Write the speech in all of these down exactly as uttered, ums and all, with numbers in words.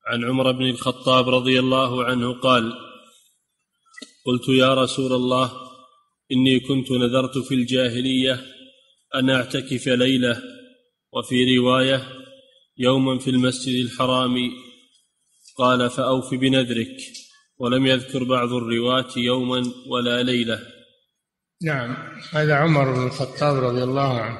عن عمر بن الخطاب رضي الله عنه قال: قلت يا رسول الله إني كنت نذرت في الجاهلية أن أعتكف ليلة، وفي رواية يوما في المسجد الحرام، قال: فأوف بنذرك. ولم يذكر بعض الرواة يوما ولا ليلة. نعم، هذا عمر بن الخطاب رضي الله عنه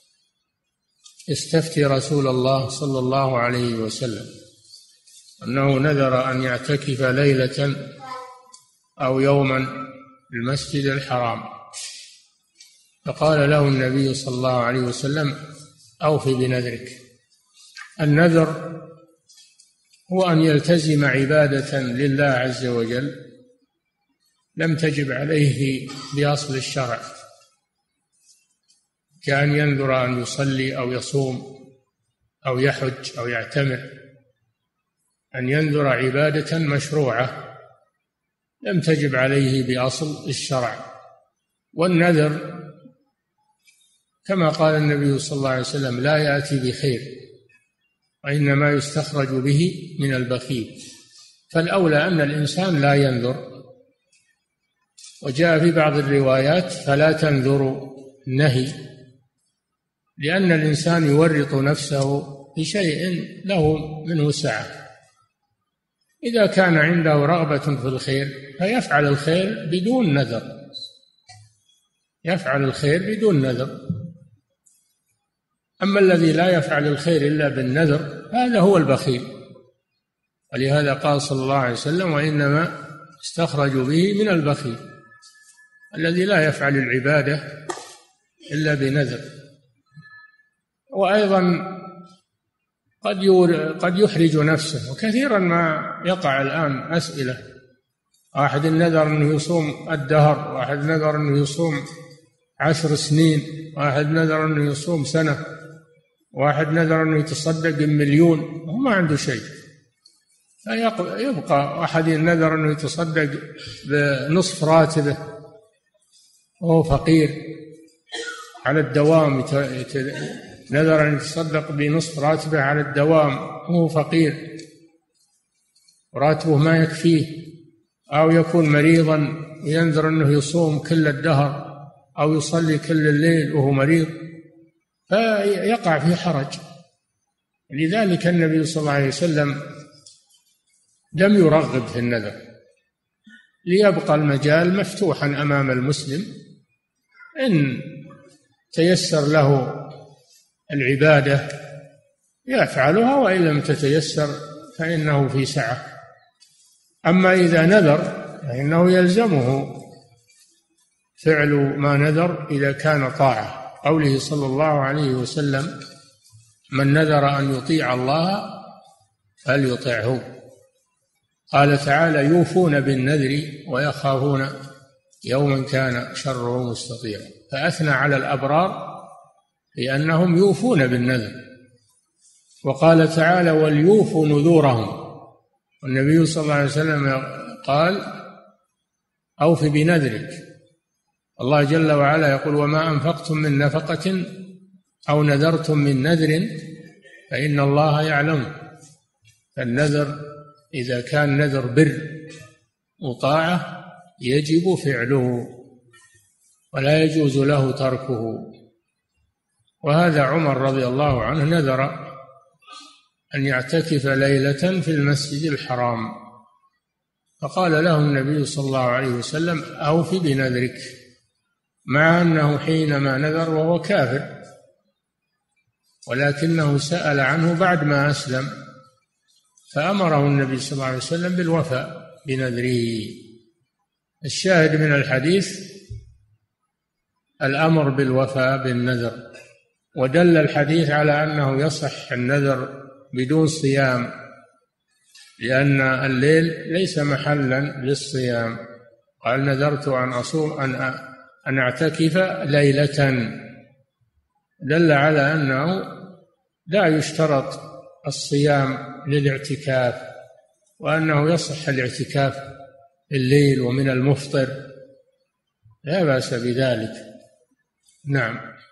استفتي رسول الله صلى الله عليه وسلم أنه نذر أن يعتكف ليلة أو يوما في المسجد الحرام، فقال له النبي صلى الله عليه وسلم: أوف بنذرك. النذر هو أن يلتزم عبادة لله عز وجل لم تجب عليه بأصل الشرع، كأن ينذر أن يصلي أو يصوم أو يحج أو يعتمر، أن ينذر عبادة مشروعة لم تجب عليه بأصل الشرع. والنذر كما قال النبي صلى الله عليه وسلم: لا يأتي بخير، وإنما يستخرج به من البخيل. فالأولى أن الإنسان لا ينذر. وجاء في بعض الروايات: فلا تنذروا النهي، لأن الإنسان يورط نفسه بشيء له منه سعة. إذا كان عنده رغبة في الخير فيفعل الخير بدون نذر، يفعل الخير بدون نذر. أما الذي لا يفعل الخير إلا بالنذر هذا هو البخيل. ولهذا قال صلى الله عليه وسلم: وإنما استخرج به من البخيل، الذي لا يفعل العبادة إلا بنذر. وأيضا قد قد يحرج نفسه، وكثيرا ما يقع الآن أسئلة: واحد نذر أنه يصوم الدهر، واحد نذر أنه يصوم عشر سنين، واحد نذر أنه يصوم سنة، واحد نذر أنه يتصدق بمليون وهو ما عنده شيء. فيبقى واحد نذر أنه يتصدق بنصف راتبه وهو فقير على الدوام، نذر أن يتصدق بنصف راتبه على الدوام وهو فقير وراتبه ما يكفيه، أو يكون مريضا وينذر أنه يصوم كل الدهر أو يصلي كل الليل وهو مريض، فيقع في حرج. لذلك النبي صلى الله عليه وسلم لم يرغب في النذر، ليبقى المجال مفتوحا أمام المسلم، إن تيسر له العبادة يفعلها، وإن لم تتيسر فإنه في سعة. أما إذا نذر فإنه يلزمه فعل ما نذر إذا كان طاعة. قوله صلى الله عليه وسلم: من نذر أن يطيع الله فليطعه. قال تعالى: يوفون بالنذر ويخافون يوما كان شره مستطيرا. فأثنى على الأبرار لأنهم يوفون بالنذر. وقال تعالى: وليوفوا نذورهم. والنبي صلى الله عليه وسلم قال: أوف بنذرك. الله جل وعلا يقول: وما أنفقتم من نفقة أو نذرتم من نذر فإن الله يعلم. فالنذر إذا كان نذر بر وطاعة يجب فعله ولا يجوز له تركه. وهذا عمر رضي الله عنه نذر أن يعتكف ليلة في المسجد الحرام، فقال له النبي صلى الله عليه وسلم: أوف بنذرك، مع أنه حينما نذر وهو كافر، ولكنه سأل عنه بعد ما أسلم، فأمره النبي صلى الله عليه وسلم بالوفاء بنذره. الشاهد من الحديث الأمر بالوفاء بالنذر. ودل الحديث على أنه يصح النذر بدون صيام، لأن الليل ليس محلا للصيام. قال: نذرت أن أصوم أن أن أعتكف ليلة، دل على أنه لا يشترط الصيام للاعتكاف، وأنه يصح الاعتكاف الليل ومن المفطر، لا بأس بذلك. نعم.